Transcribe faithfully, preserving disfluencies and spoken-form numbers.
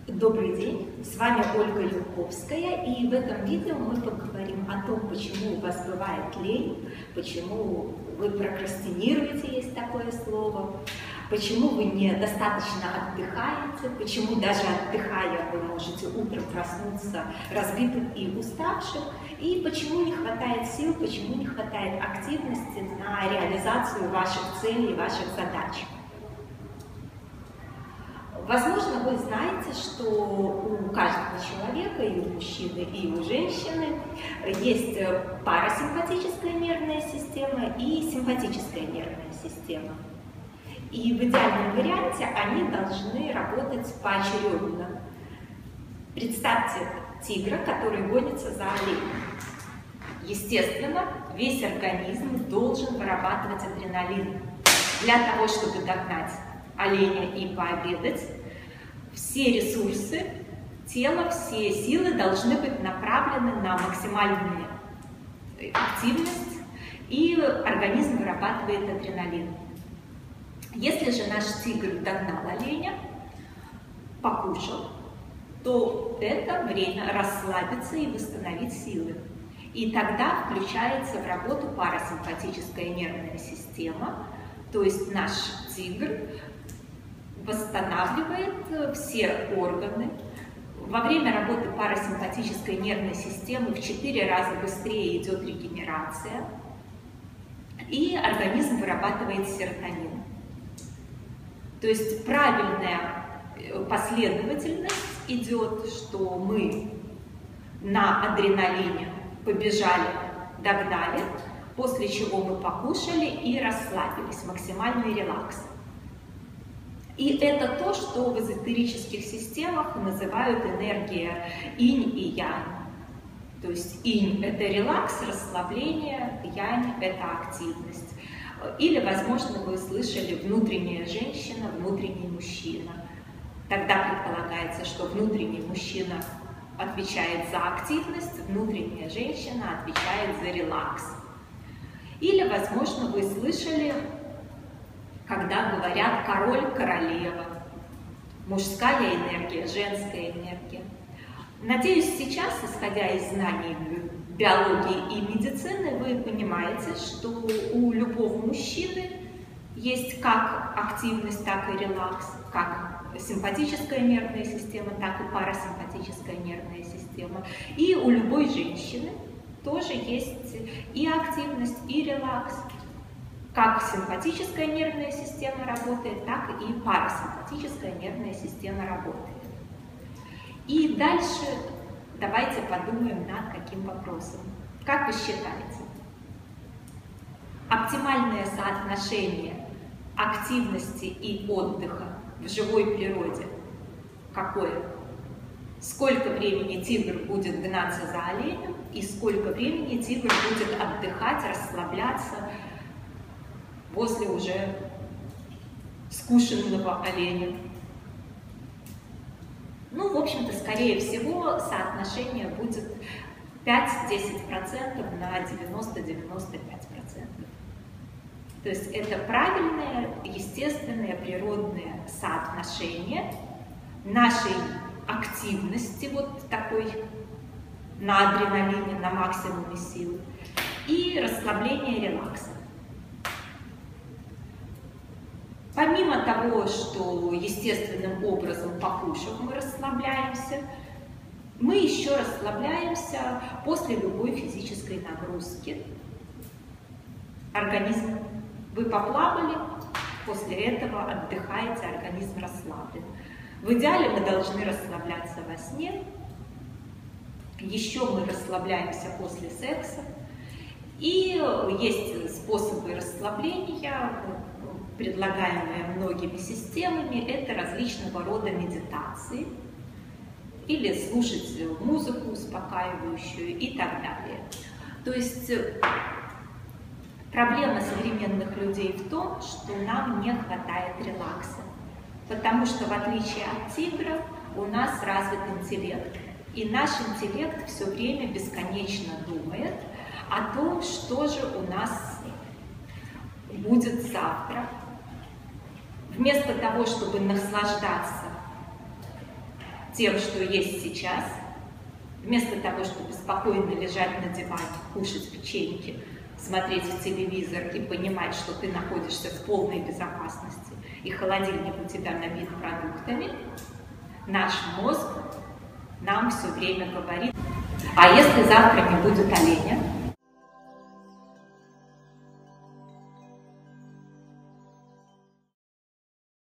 Добрый день, с вами Ольга Юрковская, и в этом видео мы поговорим о том, почему у вас бывает лень, почему вы прокрастинируете, есть такое слово, почему вы недостаточно отдыхаете, почему даже отдыхая вы можете утром проснуться разбитым и уставшим, и почему не хватает сил, почему не хватает активности на реализацию ваших целей, ваших задач. Возможно, вы знаете, что у каждого человека, и у мужчины, и у женщины, есть парасимпатическая нервная система и симпатическая нервная система. И в идеальном варианте они должны работать поочередно. Представьте тигра, который гонится за оленем. Естественно, весь организм должен вырабатывать адреналин для того, чтобы догнать оленя и пообедать. Все ресурсы тела, все силы должны быть направлены на максимальную активность, и организм вырабатывает адреналин. Если же наш тигр догнал оленя, покушал, то это время расслабиться и восстановить силы. И тогда включается в работу парасимпатическая нервная система, то есть наш тигр восстанавливает все органы. Во время работы парасимпатической нервной системы в четыре раза быстрее идет регенерация, и организм вырабатывает серотонин. То есть правильная последовательность идет, что мы на адреналине побежали, догнали, после чего мы покушали и расслабились, максимальный релакс. И это то, что в эзотерических системах называют энергия инь и янь. То есть инь – это релакс, расслабление, янь – это активность. Или, возможно, вы слышали внутренняя женщина, внутренний мужчина. Тогда предполагается, что внутренний мужчина отвечает за активность, внутренняя женщина отвечает за релакс. Или, возможно, вы слышали, когда говорят король, королева, мужская энергия, женская энергия. Надеюсь, сейчас, исходя из знаний биологии и медицины, вы понимаете, что у любого мужчины есть как активность, так и релакс, как симпатическая нервная система, так и парасимпатическая нервная система. И у любой женщины тоже есть и активность, и релакс. Как симпатическая нервная система работает, так и парасимпатическая нервная система работает. И дальше давайте подумаем над каким вопросом. Как вы считаете, оптимальное соотношение активности и отдыха в живой природе какое? Сколько времени тигр будет гнаться за оленем и сколько времени тигр будет отдыхать, расслабляться возле уже скушенного оленя? Ну, в общем-то, скорее всего, соотношение будет пять-десять процентов на девяносто-девяносто пять процентов. То есть это правильное, естественное, природное соотношение нашей активности, вот такой на адреналине, на максимуме сил, и расслабления, релакса. Помимо того, что естественным образом покушав мы расслабляемся, мы еще расслабляемся после любой физической нагрузки. Организм, вы поплавали, после этого отдыхаете, организм расслаблен. В идеале мы должны расслабляться во сне, еще мы расслабляемся после секса. И есть способы расслабления, предлагаемые многими системами, это различного рода медитации или слушать музыку успокаивающую и так далее. То есть проблема современных людей в том, что нам не хватает релакса, потому что в отличие от тигра у нас развит интеллект, и наш интеллект все время бесконечно думает о том, что же у нас будет завтра. Вместо того, чтобы наслаждаться тем, что есть сейчас, вместо того, чтобы спокойно лежать на диване, кушать печеньки, смотреть в телевизор и понимать, что ты находишься в полной безопасности, и холодильник у тебя набит продуктами, наш мозг нам все время говорит: а если завтра не будет оленя?